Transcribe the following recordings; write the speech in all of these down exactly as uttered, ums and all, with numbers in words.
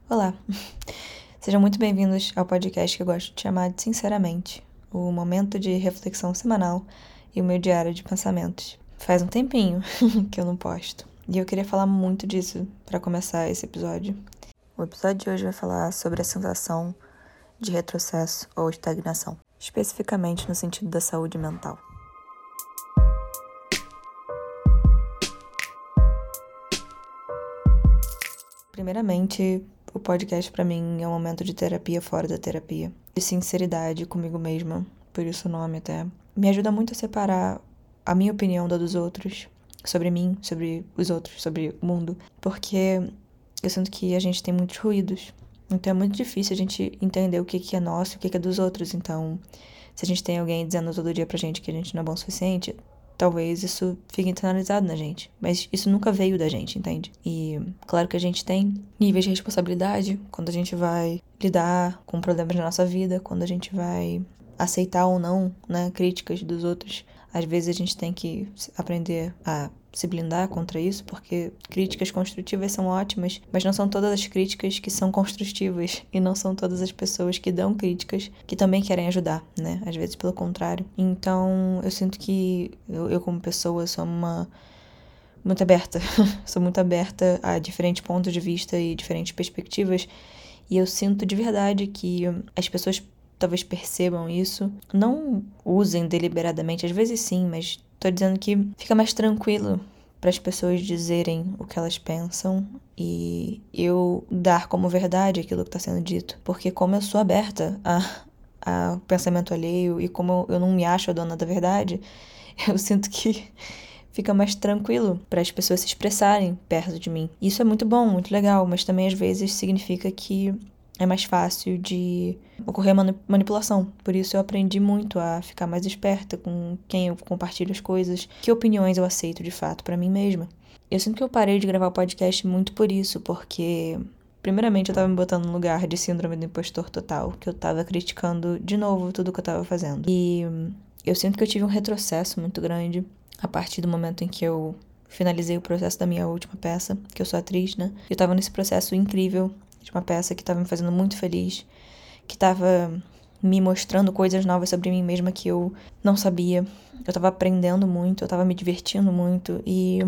Olá, sejam muito bem-vindos ao podcast que eu gosto de chamar de Sinceramente, o momento de reflexão semanal e o meu diário de pensamentos. Faz um tempinho que eu não posto e eu queria falar muito disso para começar esse episódio. O episódio de hoje vai falar sobre a sensação de retrocesso ou estagnação, especificamente no sentido da saúde mental. Primeiramente, o podcast pra mim é um momento de terapia fora da terapia, de sinceridade comigo mesma, por isso o nome até. Me ajuda muito a separar a minha opinião da dos outros, sobre mim, sobre os outros, sobre o mundo, porque eu sinto que a gente tem muitos ruídos, então é muito difícil a gente entender o que que é nosso e o que que é dos outros. Então, se a gente tem alguém dizendo todo dia pra gente que a gente não é bom o suficiente, talvez isso fique internalizado na gente. Mas isso nunca veio da gente, entende? E claro que a gente tem níveis de responsabilidade quando a gente vai lidar com problemas na nossa vida, quando a gente vai aceitar ou não, né, críticas dos outros. Às vezes a gente tem que aprender a se blindar contra isso, porque críticas construtivas são ótimas, mas não são todas as críticas que são construtivas e não são todas as pessoas que dão críticas que também querem ajudar, né? Às vezes pelo contrário. Então, eu sinto que eu, eu como pessoa sou uma muito aberta, sou muito aberta a diferentes pontos de vista e diferentes perspectivas, e eu sinto de verdade que as pessoas talvez percebam isso, não usem deliberadamente, às vezes sim, mas tô dizendo que fica mais tranquilo para as pessoas dizerem o que elas pensam e eu dar como verdade aquilo que está sendo dito, porque como eu sou aberta a, a pensamento alheio e como eu não me acho a dona da verdade, eu sinto que fica mais tranquilo para as pessoas se expressarem perto de mim. Isso é muito bom, muito legal, mas também às vezes significa que é mais fácil de ocorrer manipulação. Por isso eu aprendi muito a ficar mais esperta com quem eu compartilho as coisas, que opiniões eu aceito de fato para mim mesma. Eu sinto que eu parei de gravar o podcast muito por isso, porque primeiramente eu tava me botando no lugar de síndrome do impostor total, que eu tava criticando de novo tudo que eu tava fazendo. E eu sinto que eu tive um retrocesso muito grande a partir do momento em que eu finalizei o processo da minha última peça, que eu sou atriz, né? Eu tava nesse processo incrível de uma peça que tava me fazendo muito feliz, que tava me mostrando coisas novas sobre mim mesma que eu não sabia. Eu tava aprendendo muito, eu tava me divertindo muito e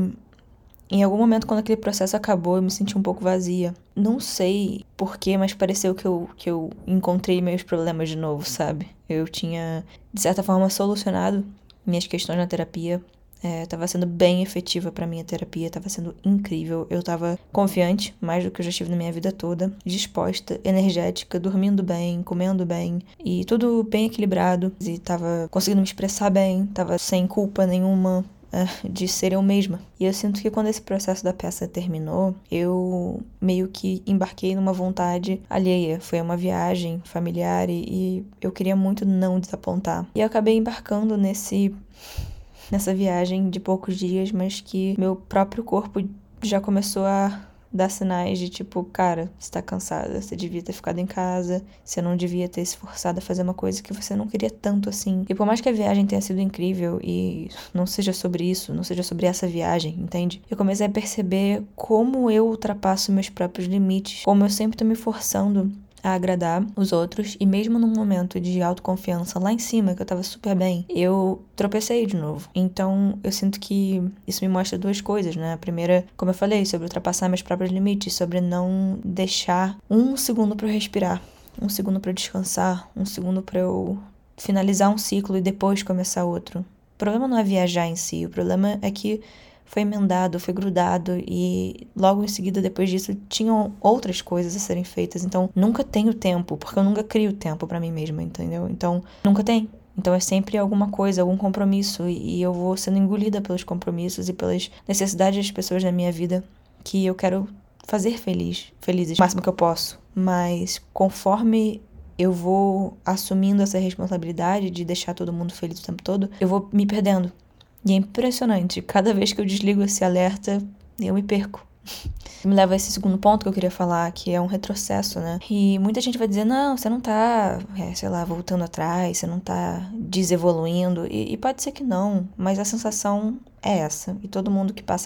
em algum momento, quando aquele processo acabou, eu me senti um pouco vazia. Não sei porquê, mas pareceu que eu, que eu encontrei meus problemas de novo, sabe? Eu tinha, de certa forma, solucionado minhas questões na terapia. É, tava sendo bem efetiva pra minha terapia, tava sendo incrível. Eu tava confiante, mais do que eu já estive na minha vida toda, disposta, energética, dormindo bem, comendo bem e tudo bem equilibrado. E tava conseguindo me expressar bem, tava sem culpa nenhuma de ser eu mesma. E eu sinto que quando esse processo da peça terminou, eu meio que embarquei numa vontade alheia. Foi uma viagem familiar e, e eu queria muito não desapontar. E eu acabei embarcando nesse nessa viagem de poucos dias, mas que meu próprio corpo já começou a dar sinais de tipo, cara, você tá cansada, você devia ter ficado em casa, você não devia ter se forçado a fazer uma coisa que você não queria tanto assim. E por mais que a viagem tenha sido incrível e não seja sobre isso, não seja sobre essa viagem, entende? Eu comecei a perceber como eu ultrapasso meus próprios limites, como eu sempre tô me forçando a agradar os outros, e mesmo num momento de autoconfiança lá em cima, que eu tava super bem, eu tropecei de novo. Então, eu sinto que isso me mostra duas coisas, né? A primeira, como eu falei, sobre ultrapassar meus próprios limites, sobre não deixar um segundo pra eu respirar, um segundo pra eu descansar, um segundo pra eu finalizar um ciclo e depois começar outro. O problema não é viajar em si, o problema é que foi emendado, foi grudado e logo em seguida, depois disso, tinham outras coisas a serem feitas. Então, nunca tenho tempo, porque eu nunca crio tempo pra mim mesma, entendeu? Então, nunca tem. Então, é sempre alguma coisa, algum compromisso e eu vou sendo engolida pelos compromissos e pelas necessidades das pessoas na minha vida que eu quero fazer feliz, felizes, o máximo que eu posso. Mas, conforme eu vou assumindo essa responsabilidade de deixar todo mundo feliz o tempo todo, eu vou me perdendo. E é impressionante, cada vez que eu desligo esse alerta, eu me perco. Me leva a esse segundo ponto que eu queria falar, que é um retrocesso, né? E muita gente vai dizer, não, você não tá, é, sei lá, voltando atrás, você não tá desevoluindo. E, e pode ser que não, mas a sensação é essa. E todo mundo que passa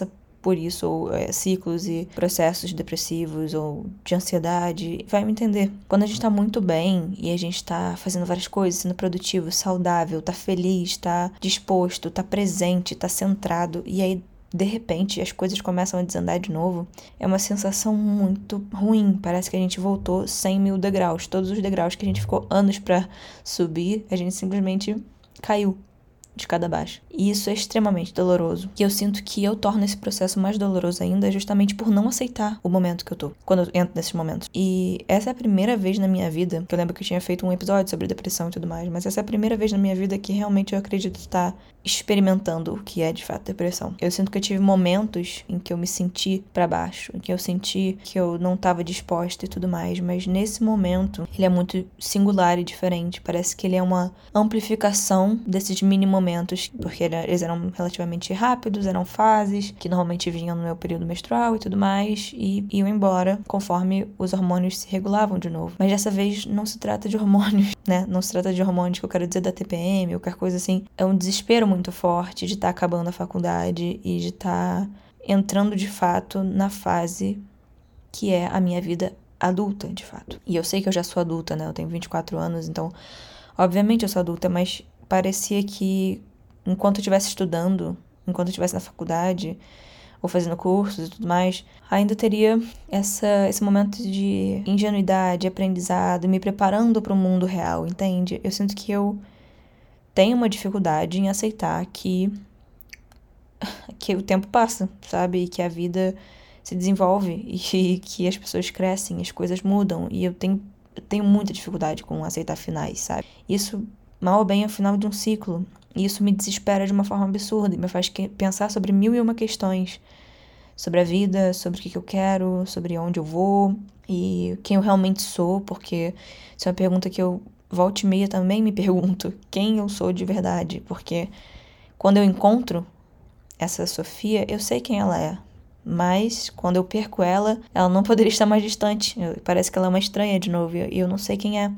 por isso, ou é, ciclos e processos depressivos ou de ansiedade, vai me entender. Quando a gente tá muito bem e a gente tá fazendo várias coisas, sendo produtivo, saudável, tá feliz, tá disposto, tá presente, tá centrado, e aí de repente as coisas começam a desandar de novo, é uma sensação muito ruim. Parece que a gente voltou cem mil degraus. Todos os degraus que a gente ficou anos pra subir, a gente simplesmente caiu de cada baixo. E isso é extremamente doloroso. E eu sinto que eu torno esse processo mais doloroso ainda justamente por não aceitar o momento que eu tô, quando eu entro nesses momentos. E essa é a primeira vez na minha vida, que eu lembro que eu tinha feito um episódio sobre depressão e tudo mais, mas essa é a primeira vez na minha vida que realmente eu acredito estar experimentando o que é de fato depressão. Eu sinto que eu tive momentos em que eu me senti pra baixo, em que eu senti que eu não tava disposta e tudo mais, mas nesse momento ele é muito singular e diferente. Parece que ele é uma amplificação desses mini momentos, porque eles eram relativamente rápidos, eram fases que normalmente vinham no meu período menstrual e tudo mais, e iam embora conforme os hormônios se regulavam de novo. Mas dessa vez não se trata de hormônios, né? Não se trata de hormônios que eu quero dizer da T P M ou qualquer coisa assim. É um desespero muito forte de estar tá acabando a faculdade e de estar tá entrando de fato na fase que é a minha vida adulta, de fato. E eu sei que eu já sou adulta, né? Eu tenho vinte e quatro anos, então obviamente eu sou adulta, mas parecia que enquanto eu estivesse estudando, enquanto eu estivesse na faculdade ou fazendo cursos e tudo mais, ainda teria essa, esse momento de ingenuidade, aprendizado, me preparando para o mundo real, entende? Eu sinto que eu tenho uma dificuldade em aceitar que, que o tempo passa, sabe? E que a vida se desenvolve e que as pessoas crescem, as coisas mudam. E eu tenho, eu tenho muita dificuldade com aceitar finais, sabe? Isso, mal ou bem, é o final de um ciclo. E isso me desespera de uma forma absurda e me faz que, pensar sobre mil e uma questões. Sobre a vida, sobre o que eu quero, sobre onde eu vou e quem eu realmente sou, porque isso é uma pergunta que eu volta e meia também me pergunto, quem eu sou de verdade, porque quando eu encontro essa Sofia, eu sei quem ela é, mas quando eu perco ela, ela não poderia estar mais distante, eu, parece que ela é uma estranha de novo e eu não sei quem é.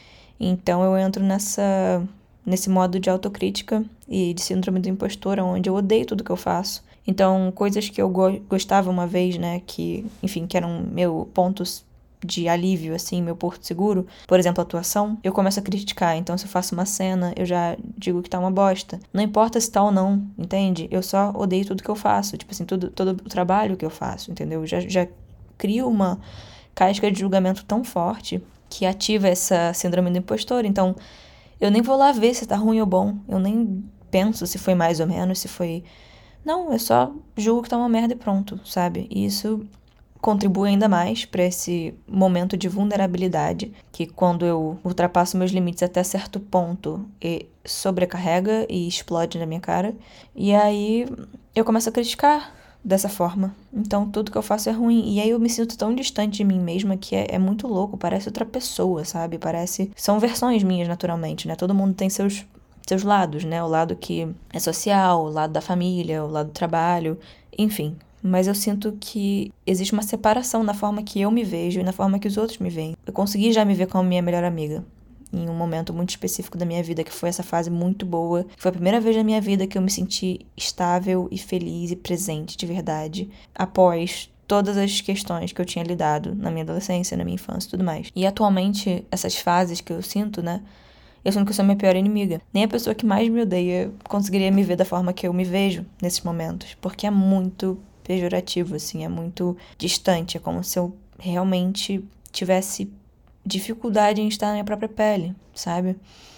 Então eu entro nessa, nesse modo de autocrítica e de síndrome do impostor, onde eu odeio tudo que eu faço. Então, coisas que eu go- gostava uma vez, né, que, enfim, que eram meu pontos de alívio, assim, meu porto seguro, por exemplo, atuação, eu começo a criticar. Então, se eu faço uma cena, eu já digo que tá uma bosta. Não importa se tá ou não, entende? Eu só odeio tudo que eu faço, tipo assim, tudo, todo o trabalho que eu faço, entendeu? Eu já, já crio uma casca de julgamento tão forte que ativa essa síndrome do impostor. Então, eu nem vou lá ver se tá ruim ou bom. Eu nem penso se foi mais ou menos, se foi... Não, eu só julgo que tá uma merda e pronto, sabe? E isso contribui ainda mais pra esse momento de vulnerabilidade, que quando eu ultrapasso meus limites até certo ponto, e sobrecarrega e explode na minha cara. E aí eu começo a criticar dessa forma. Então tudo que eu faço é ruim. E aí eu me sinto tão distante de mim mesma que é, é muito louco. Parece outra pessoa, sabe? Parece... São versões minhas, naturalmente, né? Todo mundo tem seus... seus lados, né? O lado que é social, o lado da família, o lado do trabalho, enfim. Mas eu sinto que existe uma separação na forma que eu me vejo e na forma que os outros me veem. Eu consegui já me ver como minha melhor amiga em um momento muito específico da minha vida, que foi essa fase muito boa. Foi a primeira vez na minha vida que eu me senti estável e feliz e presente de verdade, após todas as questões que eu tinha lidado na minha adolescência, na minha infância e tudo mais. E atualmente, essas fases que eu sinto, né? Eu sinto que eu sou a minha pior inimiga. Nem a pessoa que mais me odeia conseguiria me ver da forma que eu me vejo nesses momentos. Porque é muito pejorativo, assim, é muito distante. É como se eu realmente tivesse dificuldade em estar na minha própria pele, sabe?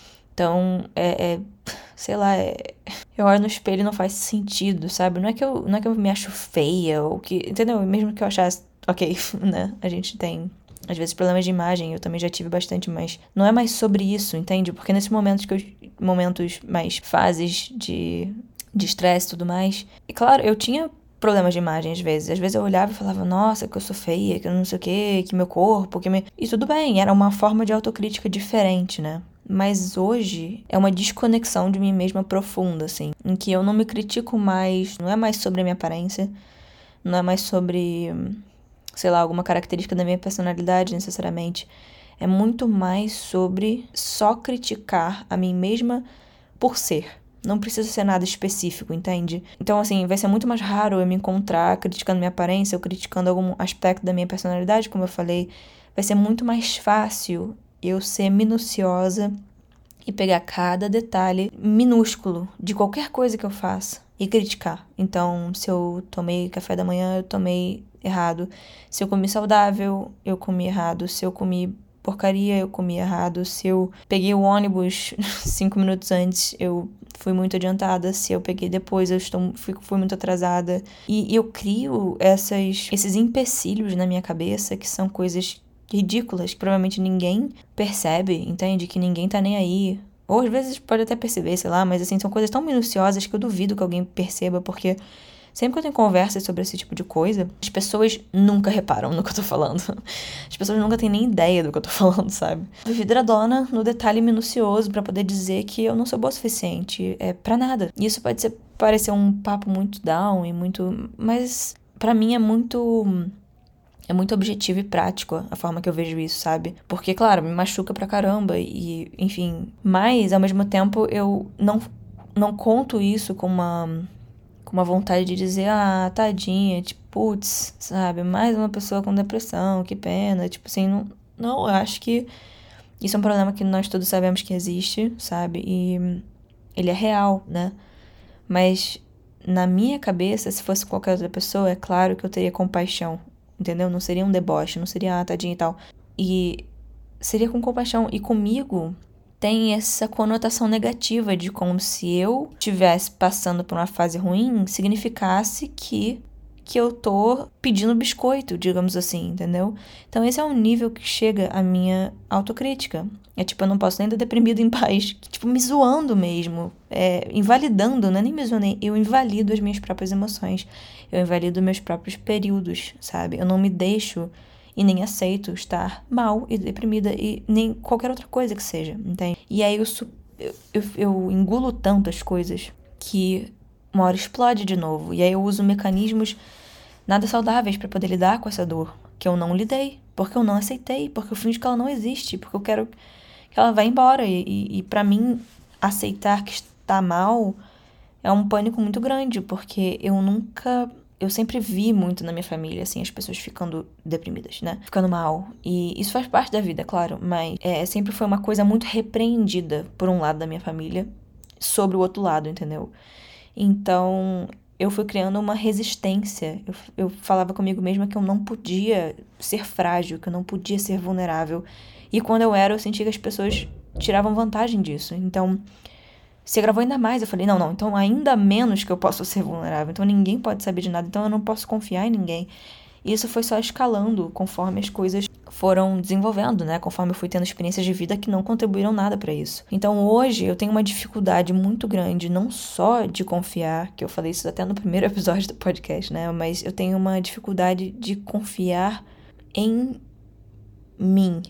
Então, é... é sei lá, é, eu olho no espelho e não faz sentido, sabe? Não é que eu, não é que eu me acho feia ou que... Entendeu? Mesmo que eu achasse... Ok, né? A gente tem... às vezes problemas de imagem, eu também já tive bastante, mas não é mais sobre isso, entende? Porque nesses momentos que eu, momentos mais fases de de estresse e tudo mais, e claro, eu tinha problemas de imagem às vezes. Às vezes eu olhava e falava, nossa, que eu sou feia, que eu não sei o quê, que meu corpo, que me... E tudo bem, era uma forma de autocrítica diferente, né? Mas hoje é uma desconexão de mim mesma profunda, assim, em que eu não me critico mais, não é mais sobre a minha aparência, não é mais sobre... sei lá, alguma característica da minha personalidade, necessariamente. É muito mais sobre só criticar a mim mesma por ser, Não precisa ser nada específico, entende? Então, assim, vai ser muito mais raro eu me encontrar criticando minha aparência ou criticando algum aspecto da minha personalidade, como eu falei. Vai ser muito mais fácil eu ser minuciosa e pegar cada detalhe minúsculo de qualquer coisa que eu faça e criticar. Então, se eu tomei café da manhã, eu tomei errado. Se eu comi saudável, eu comi errado. Se eu comi porcaria, eu comi errado. Se eu peguei o ônibus cinco minutos antes, eu fui muito adiantada. Se eu peguei depois, eu estou, fui, fui muito atrasada. E, e eu crio essas, esses empecilhos na minha cabeça, que são coisas ridículas, que provavelmente ninguém percebe, entende? Que ninguém tá nem aí. Ou às vezes pode até perceber, sei lá, mas assim, são coisas tão minuciosas que eu duvido que alguém perceba, porque sempre que eu tenho conversas sobre esse tipo de coisa, as pessoas nunca reparam no que eu tô falando. As pessoas nunca têm nem ideia do que eu tô falando, sabe? Eu vivi dona no detalhe minucioso pra poder dizer que eu não sou boa o suficiente, é pra nada. E isso pode ser, parecer um papo muito down e muito... Mas pra mim é muito... É muito objetivo e prático a forma que eu vejo isso, sabe? Porque, claro, me machuca pra caramba e, enfim... Mas, ao mesmo tempo, eu não, não conto isso com uma... com uma vontade de dizer, ah, tadinha, tipo, putz, sabe? Mais uma pessoa com depressão, que pena. Tipo assim, não, não, eu acho que isso é um problema que nós todos sabemos que existe, sabe? E ele é real, né? Mas na minha cabeça, se fosse qualquer outra pessoa, é claro que eu teria compaixão, entendeu? Não seria um deboche, não seria, ah, tadinha e tal. E seria com compaixão. E comigo tem essa conotação negativa de como se eu estivesse passando por uma fase ruim, significasse que, que eu tô pedindo biscoito, digamos assim, entendeu? Então esse é um nível que chega a minha autocrítica. É tipo, eu não posso nem estar deprimido em paz, tipo, me zoando mesmo, é, invalidando, não é nem me zoando, eu invalido as minhas próprias emoções, eu invalido meus próprios períodos, sabe? Eu não me deixo e nem aceito estar mal e deprimida e nem qualquer outra coisa que seja, entende? E aí eu, eu, eu, eu engulo tanto as coisas que uma hora explode de novo. E aí eu uso mecanismos nada saudáveis para poder lidar com essa dor que eu não lidei, porque eu não aceitei, porque eu finjo que ela não existe, porque eu quero que ela vá embora. E, e, e para mim, aceitar que está mal é um pânico muito grande, porque eu nunca... Eu sempre vi muito na minha família, assim, as pessoas ficando deprimidas, né? Ficando mal. E isso faz parte da vida, claro, mas é, sempre foi uma coisa muito repreendida por um lado da minha família sobre o outro lado, entendeu? Então, eu fui criando uma resistência. Eu, eu falava comigo mesma que eu não podia ser frágil, que eu não podia ser vulnerável. E quando eu era, eu sentia que as pessoas tiravam vantagem disso. Então... se agravou ainda mais, eu falei, não, não, então ainda menos que eu posso ser vulnerável, então ninguém pode saber de nada, então eu não posso confiar em ninguém. E isso foi só escalando conforme as coisas foram desenvolvendo, né? Conforme eu fui tendo experiências de vida que não contribuíram nada pra isso. Então hoje eu tenho uma dificuldade muito grande, não só de confiar, que eu falei isso até no primeiro episódio do podcast, né? Mas eu tenho uma dificuldade de confiar em mim.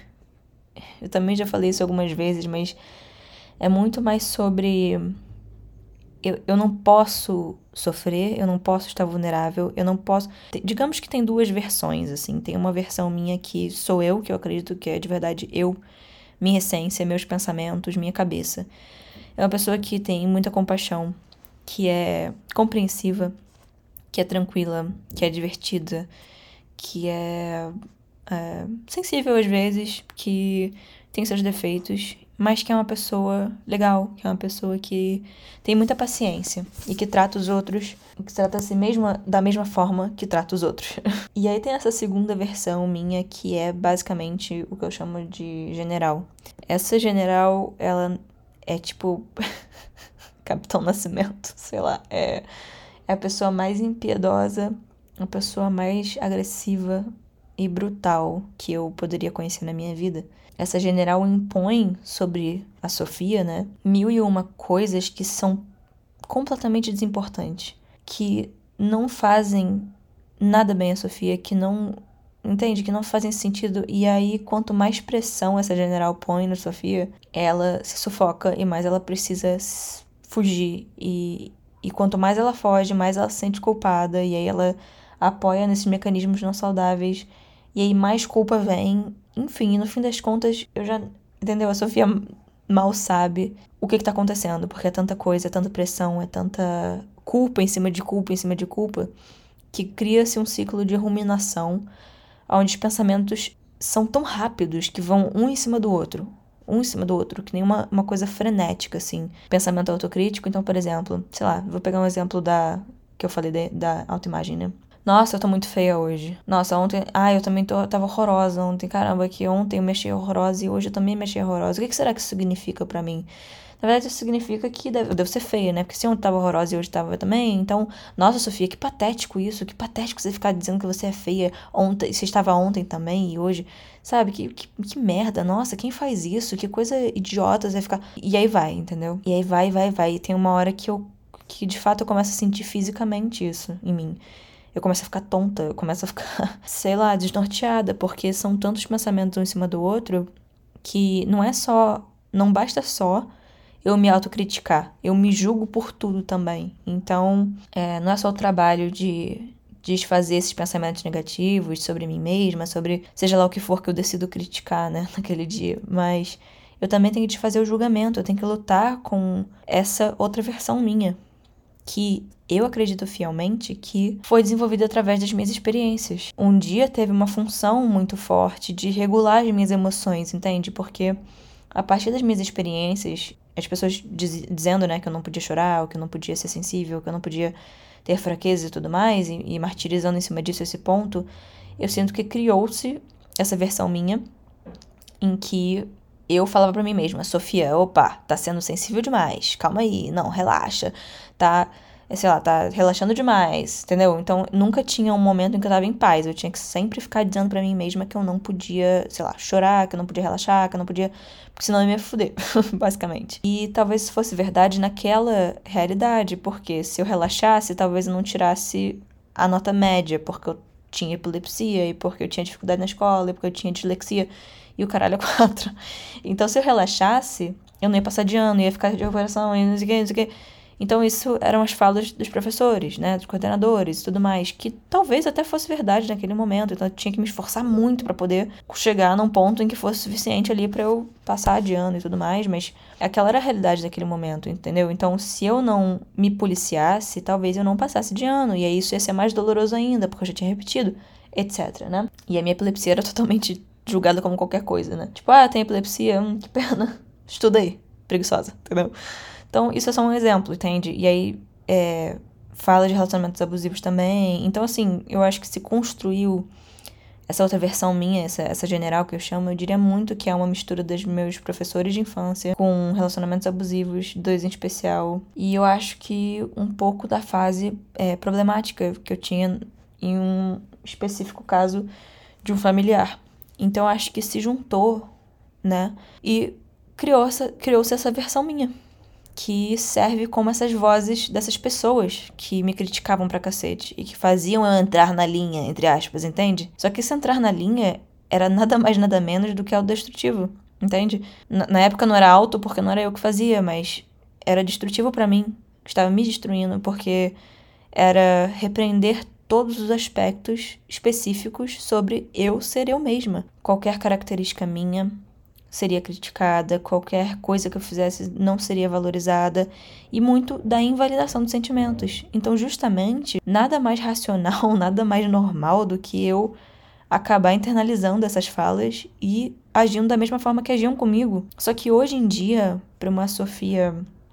Eu também já falei isso algumas vezes, mas... é muito mais sobre... Eu, eu não posso sofrer, eu não posso estar vulnerável, eu não posso... Digamos que tem duas versões, assim. Tem uma versão minha que sou eu, que eu acredito que é de verdade eu, minha essência, meus pensamentos, minha cabeça. É uma pessoa que tem muita compaixão, que é compreensiva, que é tranquila, que é divertida, que é, é sensível às vezes, que tem seus defeitos, mas que é uma pessoa legal, que é uma pessoa que tem muita paciência e que trata os outros, que trata a si mesma da mesma forma que trata os outros. E aí tem essa segunda versão minha, que é basicamente o que eu chamo de general. Essa general, ela é tipo Capitão Nascimento, sei lá, é, é a pessoa mais impiedosa, a pessoa mais agressiva e brutal que eu poderia conhecer na minha vida. Essa general impõe sobre a Sofia, né, mil e uma coisas que são completamente desimportantes, que não fazem nada bem a Sofia, que não, entende, que não fazem sentido. E aí, quanto mais pressão essa general põe na Sofia, ela se sufoca e mais ela precisa fugir. E, e quanto mais ela foge, mais ela se sente culpada, e aí ela apoia nesses mecanismos não saudáveis, e aí mais culpa vem. Enfim, no fim das contas, eu já... Entendeu? A Sofia mal sabe o que que tá acontecendo, porque é tanta coisa, é tanta pressão, é tanta culpa em cima de culpa, em cima de culpa, que cria-se um ciclo de ruminação, onde os pensamentos são tão rápidos que vão um em cima do outro, um em cima do outro, que nem uma, uma coisa frenética, assim. Pensamento autocrítico, então, por exemplo, sei lá, vou pegar um exemplo da que eu falei de, da autoimagem, né? Nossa, eu tô muito feia hoje. Nossa, ontem... Ah, eu também tô, tava horrorosa ontem. Caramba, que ontem eu me achei horrorosa e hoje eu também me achei horrorosa. O que, que será que isso significa pra mim? Na verdade, isso significa que deve, eu devo ser feia, né? Porque se ontem tava horrorosa e hoje tava também, então... Nossa, Sofia, que patético isso. Que patético você ficar dizendo que você é feia ontem. Você estava ontem também e hoje... Sabe? Que, que, que merda. Nossa, quem faz isso? Que coisa idiota você ficar... E aí vai, entendeu? E aí vai, vai, vai. E tem uma hora que eu... Que de fato eu começo a sentir fisicamente isso em mim. Eu começo a ficar tonta, eu começo a ficar, sei lá, desnorteada, porque são tantos pensamentos um em cima do outro que não é só, não basta só eu me autocriticar, eu me julgo por tudo também. Então, é, não é só o trabalho de desfazer esses pensamentos negativos sobre mim mesma, sobre seja lá o que for que eu decido criticar, né, naquele dia, mas eu também tenho que desfazer o julgamento, eu tenho que lutar com essa outra versão minha, que eu acredito fielmente que foi desenvolvida através das minhas experiências. Um dia teve uma função muito forte de regular as minhas emoções, entende? Porque a partir das minhas experiências, as pessoas diz, dizendo, né, que eu não podia chorar, ou que eu não podia ser sensível, que eu não podia ter fraqueza e tudo mais, e, e martirizando em cima disso esse ponto, eu sinto que criou-se essa versão minha em que eu falava pra mim mesma, Sofia, opa, tá sendo sensível demais, calma aí, não, relaxa, tá, sei lá, tá relaxando demais, entendeu? Então, nunca tinha um momento em que eu tava em paz, eu tinha que sempre ficar dizendo pra mim mesma que eu não podia, sei lá, chorar, que eu não podia relaxar, que eu não podia, porque senão eu ia me fuder, basicamente. E talvez isso fosse verdade naquela realidade, porque se eu relaxasse, talvez eu não tirasse a nota média, porque eu tinha epilepsia, e porque eu tinha dificuldade na escola, e porque eu tinha dislexia, e o caralho é quatro. Então, se eu relaxasse, eu não ia passar de ano, ia ficar de recuperação, e não sei o que, não sei o que. Então, isso eram as falas dos professores, né, dos coordenadores e tudo mais, que talvez até fosse verdade naquele momento. Então, eu tinha que me esforçar muito para poder chegar num ponto em que fosse suficiente ali para eu passar de ano e tudo mais, mas aquela era a realidade daquele momento, entendeu? Então, se eu não me policiasse, talvez eu não passasse de ano, e aí isso ia ser mais doloroso ainda, porque eu já tinha repetido, etc, né? E a minha epilepsia era totalmente julgada como qualquer coisa, né? Tipo, ah, tem epilepsia, hum, que pena. Estudei, preguiçosa, entendeu? Então, isso é só um exemplo, entende? E aí, é, fala de relacionamentos abusivos também. Então, assim, eu acho que se construiu essa outra versão minha, essa, essa general que eu chamo, eu diria muito que é uma mistura dos meus professores de infância com relacionamentos abusivos, dois em especial. E eu acho que um pouco da fase é, problemática que eu tinha em um específico caso de um familiar. Então, eu acho que se juntou, né? E criou essa, criou-se essa versão minha, que serve como essas vozes dessas pessoas que me criticavam pra cacete e que faziam eu entrar na linha, entre aspas, entende? Só que esse entrar na linha era nada mais nada menos do que autodestrutivo, entende? Na, na época não era auto porque não era eu que fazia, mas era destrutivo pra mim, estava me destruindo porque era repreender todos os aspectos específicos sobre eu ser eu mesma. Qualquer característica minha seria criticada, qualquer coisa que eu fizesse não seria valorizada, e muito da invalidação dos sentimentos. Então, justamente, nada mais racional, nada mais normal do que eu acabar internalizando essas falas e agindo da mesma forma que agiam comigo. Só que hoje em dia, para uma Sofia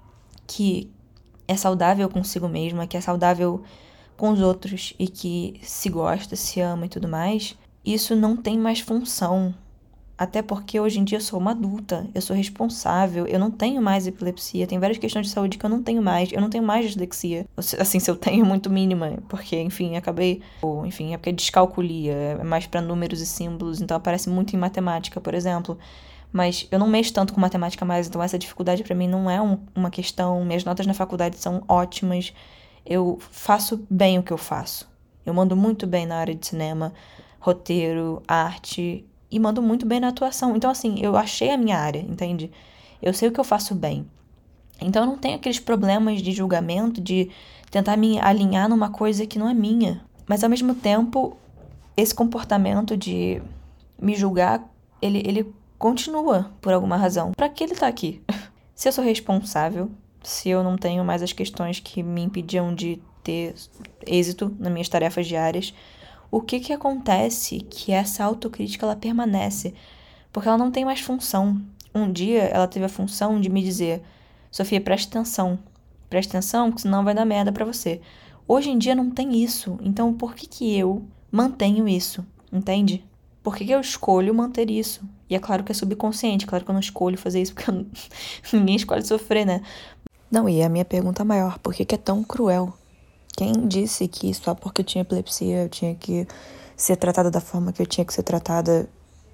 que é saudável consigo mesma, que é saudável com os outros e que se gosta, se ama e tudo mais, isso não tem mais função. Até porque hoje em dia eu sou uma adulta, eu sou responsável, eu não tenho mais epilepsia, tem várias questões de saúde que eu não tenho mais, eu não tenho mais dislexia. Assim, se eu tenho, muito mínima, porque, enfim, acabei... Ou, enfim, é porque é descalculia, é mais pra números e símbolos, então aparece muito em matemática, por exemplo. Mas eu não mexo tanto com matemática mais, então essa dificuldade pra mim não é um, uma questão. Minhas notas na faculdade são ótimas, eu faço bem o que eu faço. Eu mando muito bem na área de cinema, roteiro, arte... E mando muito bem na atuação. Então, assim, eu achei a minha área, entende? Eu sei o que eu faço bem. Então, eu não tenho aqueles problemas de julgamento, de tentar me alinhar numa coisa que não é minha. Mas, ao mesmo tempo, esse comportamento de me julgar, ele, ele continua por alguma razão. Pra que ele tá aqui? Se eu sou responsável, se eu não tenho mais as questões que me impediam de ter êxito nas minhas tarefas diárias, o que que acontece que essa autocrítica ela permanece? Porque ela não tem mais função. Um dia ela teve a função de me dizer: Sofia, presta atenção. Presta atenção, porque senão vai dar merda pra você. Hoje em dia não tem isso. Então por que que eu mantenho isso? Entende? Por que que eu escolho manter isso? E é claro que é subconsciente. Claro que eu não escolho fazer isso, porque eu... ninguém escolhe sofrer, né? Não, e a minha pergunta maior: por que que é tão cruel? Quem disse que só porque eu tinha epilepsia eu tinha que ser tratada da forma que eu tinha que ser tratada?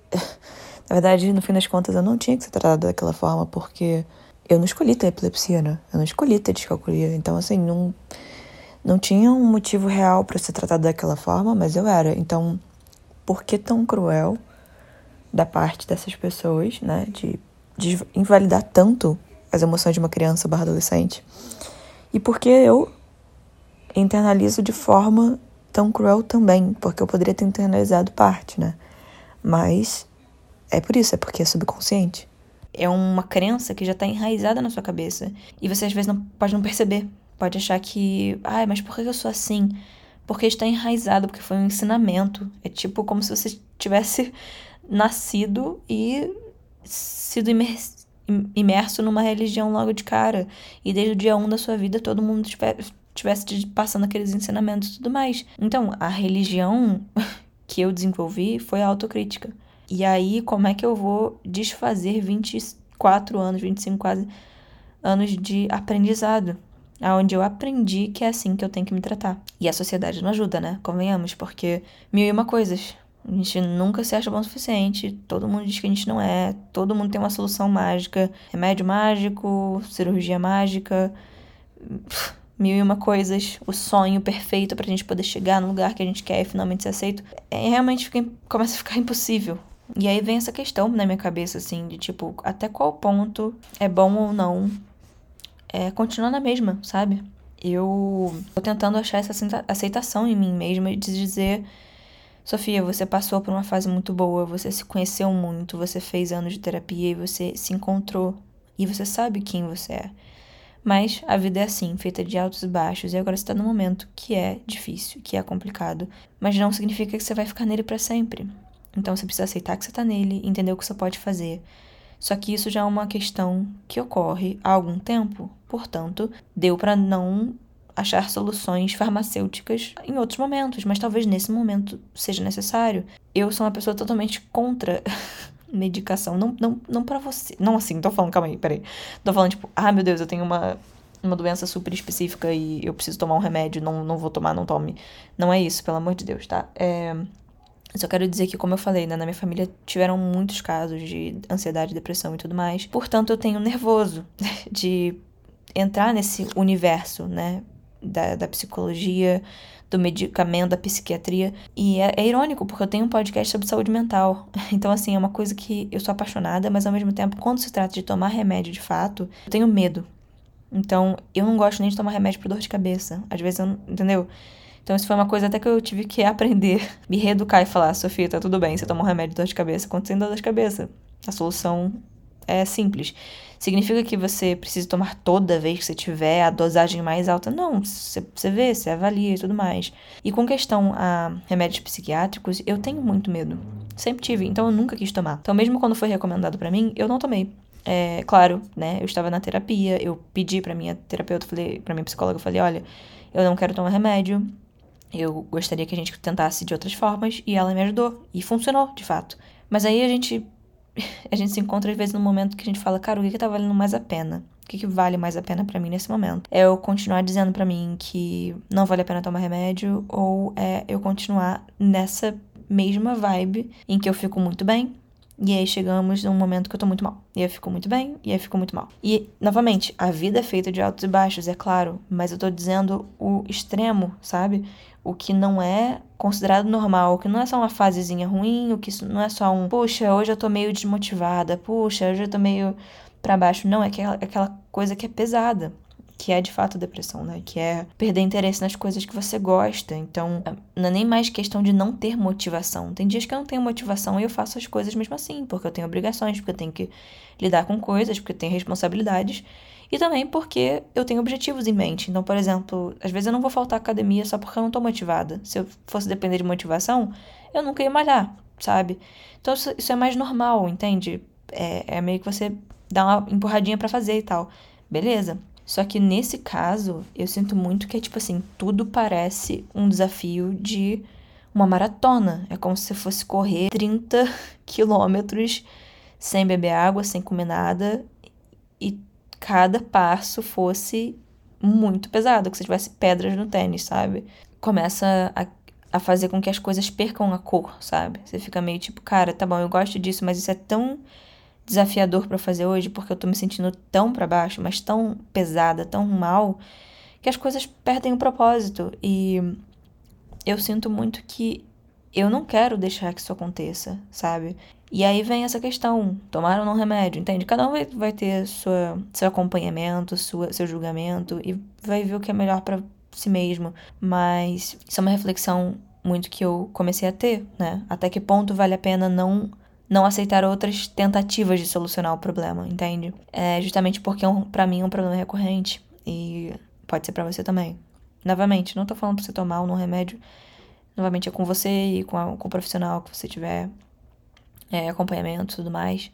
Na verdade, no fim das contas, eu não tinha que ser tratada daquela forma, porque eu não escolhi ter epilepsia, né? Eu não escolhi ter descalculia. Então, assim, não, não tinha um motivo real pra ser tratada daquela forma, mas eu era. Então, por que tão cruel da parte dessas pessoas, né? De, de invalidar tanto as emoções de uma criança barra adolescente? E por que eu internalizo de forma tão cruel também? Porque eu poderia ter internalizado parte, né? Mas é por isso, é porque é subconsciente. É uma crença que já tá enraizada na sua cabeça. E você às vezes não, pode não perceber. Pode achar que, ai, mas por que eu sou assim? Porque está enraizado, porque foi um ensinamento. É tipo como se você tivesse nascido e sido imerso, imerso numa religião logo de cara. E desde o dia um da sua vida todo mundo tivesse, tivesse passando aqueles ensinamentos e tudo mais. Então, a religião que eu desenvolvi foi a autocrítica. E aí, como é que eu vou desfazer vinte e quatro anos, vinte e cinco quase, anos de aprendizado? Onde eu aprendi que é assim que eu tenho que me tratar. E a sociedade não ajuda, né? Convenhamos, porque mil e uma coisas. A gente nunca se acha bom o suficiente, todo mundo diz que a gente não é, todo mundo tem uma solução mágica, remédio mágico, cirurgia mágica, mil e uma coisas, o sonho perfeito pra gente poder chegar no lugar que a gente quer e finalmente ser aceito. É, realmente fica, começa a ficar impossível. E aí vem essa questão na minha cabeça, assim, de tipo, até qual ponto é bom ou não é, continuar na mesma, sabe? Eu tô tentando achar essa aceitação em mim mesma de dizer: Sofia, você passou por uma fase muito boa, você se conheceu muito, você fez anos de terapia e você se encontrou. E você sabe quem você é. Mas a vida é assim, feita de altos e baixos, e agora você tá num momento que é difícil, que é complicado, mas não significa que você vai ficar nele pra sempre. Então você precisa aceitar que você tá nele, entender o que você pode fazer. Só que isso já é uma questão que ocorre há algum tempo, portanto, deu pra não achar soluções farmacêuticas em outros momentos, mas talvez nesse momento seja necessário. Eu sou uma pessoa totalmente contra medicação, não, não, não pra você, não assim, tô falando, calma aí, peraí, tô falando tipo, ah, meu Deus, eu tenho uma, uma doença super específica e eu preciso tomar um remédio, não, não vou tomar, não tome. Não é isso, pelo amor de Deus, tá? É... Eu só quero dizer que, como eu falei, né, na minha família tiveram muitos casos de ansiedade, depressão e tudo mais. Portanto, eu tenho nervoso de entrar nesse universo, né, da, da psicologia, do medicamento, da psiquiatria. E é, é irônico, porque eu tenho um podcast sobre saúde mental. Então, assim, é uma coisa que eu sou apaixonada, mas ao mesmo tempo, quando se trata de tomar remédio de fato, eu tenho medo. Então, eu não gosto nem de tomar remédio pra dor de cabeça. Às vezes eu não, entendeu? Então isso foi uma coisa até que eu tive que aprender, me reeducar e falar: Sofia, tá tudo bem, você toma um remédio de dor de cabeça quando você tem dor de cabeça. A solução é simples. Significa que você precisa tomar toda vez que você tiver a dosagem mais alta? Não, você, você vê, você avalia e tudo mais. E com questão a remédios psiquiátricos, eu tenho muito medo. Sempre tive, então eu nunca quis tomar. Então mesmo quando foi recomendado pra mim, eu não tomei. É, claro, né, eu estava na terapia, eu pedi pra minha terapeuta, falei, pra minha psicóloga, eu falei: olha, eu não quero tomar remédio, eu gostaria que a gente tentasse de outras formas, e ela me ajudou, e funcionou, de fato. Mas aí a gente, a gente se encontra às vezes num momento que a gente fala: cara, o que que tá valendo mais a pena? O que que vale mais a pena pra mim nesse momento? É eu continuar dizendo pra mim que não vale a pena tomar remédio, ou é eu continuar nessa mesma vibe em que eu fico muito bem, e aí chegamos num momento que eu tô muito mal. E aí eu fico muito bem, e aí eu fico muito mal. E, novamente, a vida é feita de altos e baixos, é claro, mas eu tô dizendo o extremo, sabe? O que não é considerado normal, o que não é só uma fasezinha ruim, o que não é só um, puxa, hoje eu tô meio desmotivada, puxa, hoje eu tô meio pra baixo. Não, é aquela, aquela coisa que é pesada. que é de fato depressão, né? Que é perder interesse nas coisas que você gosta. Então, não é nem mais questão de não ter motivação. Tem dias que eu não tenho motivação e eu faço as coisas mesmo assim, porque eu tenho obrigações, porque eu tenho que lidar com coisas, porque eu tenho responsabilidades. E também porque eu tenho objetivos em mente. Então, por exemplo, às vezes eu não vou faltar à academia só porque eu não tô motivada. Se eu fosse depender de motivação, eu nunca ia malhar, sabe? Então, isso, isso é mais normal, entende? É, é meio que você dá uma empurradinha pra fazer e tal. Beleza. Só que nesse caso, eu sinto muito que é tipo assim, tudo parece um desafio de uma maratona. É como se você fosse correr trinta quilômetros sem beber água, sem comer nada, e cada passo fosse muito pesado, que você tivesse pedras no tênis, sabe? Começa a, a fazer com que as coisas percam a cor, sabe? Você fica meio tipo, cara, tá bom, eu gosto disso, mas isso é tão desafiador pra fazer hoje, porque eu tô me sentindo tão pra baixo, mas tão pesada, tão mal, que as coisas perdem o propósito. E eu sinto muito que eu não quero deixar que isso aconteça, sabe? E aí vem essa questão, tomar ou não remédio, entende? Cada um vai, vai ter sua, seu acompanhamento, sua, seu julgamento e vai ver o que é melhor pra si mesmo. Mas isso é uma reflexão muito que eu comecei a ter, né? Até que ponto vale a pena não, não aceitar outras tentativas de solucionar o problema, entende? É justamente porque, um, pra mim, é um problema recorrente e pode ser pra você também. Novamente, não tô falando pra você tomar ou não remédio. Novamente é com você e com, a, com o profissional que você tiver é, acompanhamento e tudo mais.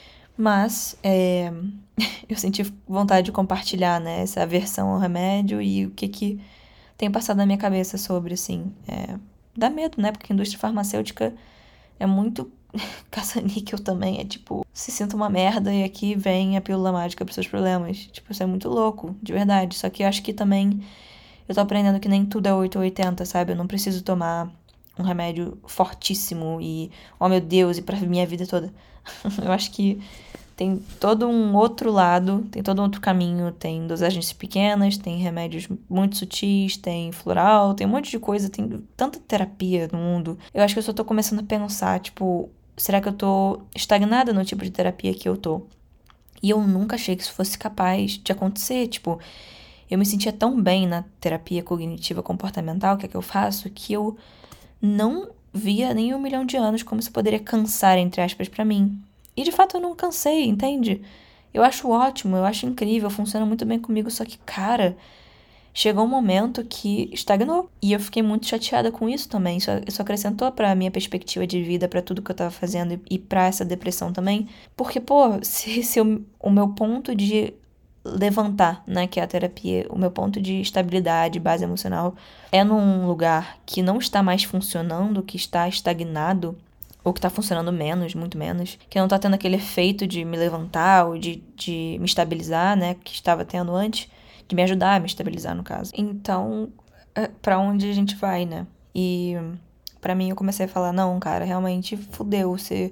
Mas é, eu senti vontade de compartilhar, né, essa aversão ao remédio e o que que tem passado na minha cabeça sobre, assim. É, dá medo, né? Porque a indústria farmacêutica é muito caça-níquel também. É tipo, se sinta uma merda e aqui vem a pílula mágica pros seus problemas. Tipo, isso é muito louco, de verdade. Só que eu acho que também eu tô aprendendo que nem tudo é oito ou oitenta, sabe? Eu não preciso tomar um remédio fortíssimo e, oh meu Deus, e pra minha vida toda. Eu acho que tem todo um outro lado, tem todo um outro caminho. Tem dosagens pequenas, tem remédios muito sutis, tem floral, tem um monte de coisa, tem tanta terapia no mundo. Eu acho que eu só tô começando a pensar, tipo, será que eu tô estagnada no tipo de terapia que eu tô? E eu nunca achei que isso fosse capaz de acontecer, tipo... Eu me sentia tão bem na terapia cognitiva comportamental, que é que eu faço, que eu não via nem um milhão de anos como isso poderia cansar, entre aspas, pra mim. E de fato eu não cansei, entende? Eu acho ótimo, eu acho incrível, funciona muito bem comigo, só que, cara, chegou um momento que estagnou. E eu fiquei muito chateada com isso também. Isso, isso acrescentou pra minha perspectiva de vida, pra tudo que eu tava fazendo e, e pra essa depressão também. Porque, pô, se, se eu, o meu ponto de levantar, né, que é a terapia, o meu ponto de estabilidade, base emocional, é num lugar que não está mais funcionando, que está estagnado, ou que está funcionando menos, muito menos, que não está tendo aquele efeito de me levantar ou de, de me estabilizar, né, que estava tendo antes, de me ajudar a me estabilizar, no caso. Então, é pra onde a gente vai, né? E pra mim eu comecei a falar, não, cara, realmente fudeu, você...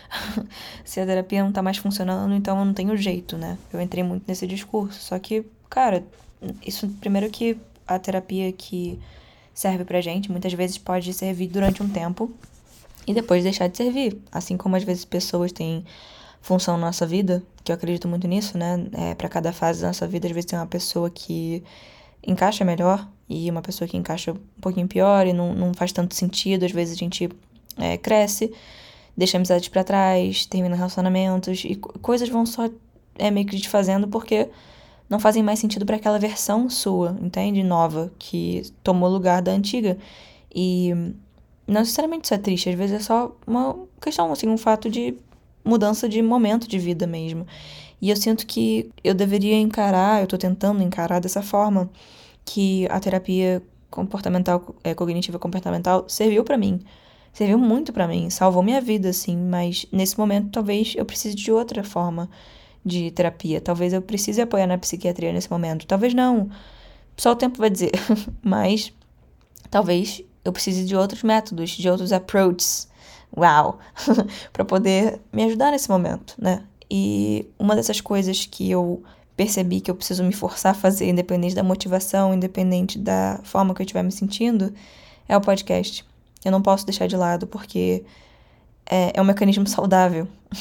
se a terapia não tá mais funcionando, então eu não tenho jeito, né? Eu entrei muito nesse discurso. Só que, cara, isso primeiro que a terapia que serve pra gente, muitas vezes pode servir durante um tempo e depois deixar de servir. Assim como às vezes pessoas têm função na nossa vida, que eu acredito muito nisso, né? É, pra cada fase da nossa vida, às vezes tem uma pessoa que encaixa melhor e uma pessoa que encaixa um pouquinho pior e não, não faz tanto sentido. Às vezes a gente é, cresce, deixa amizades pra trás, termina relacionamentos e coisas vão só é, meio que te fazendo porque não fazem mais sentido pra aquela versão sua, entende? Nova, que tomou lugar da antiga. E não necessariamente isso é triste, às vezes é só uma questão, assim, um fato de mudança de momento de vida mesmo. E eu sinto que eu deveria encarar, eu tô tentando encarar dessa forma, que a terapia comportamental, é, cognitiva comportamental serviu pra mim. Serviu muito pra mim, salvou minha vida, assim, mas nesse momento talvez eu precise de outra forma de terapia. Talvez eu precise apoiar na psiquiatria nesse momento. Talvez não. Só o tempo vai dizer. Mas talvez eu precise de outros métodos, de outros approaches. Uau! Pra poder me ajudar nesse momento, né? E uma dessas coisas que eu percebi que eu preciso me forçar a fazer, independente da motivação, independente da forma que eu estiver me sentindo, é o podcast. Eu não posso deixar de lado porque é, é um mecanismo saudável.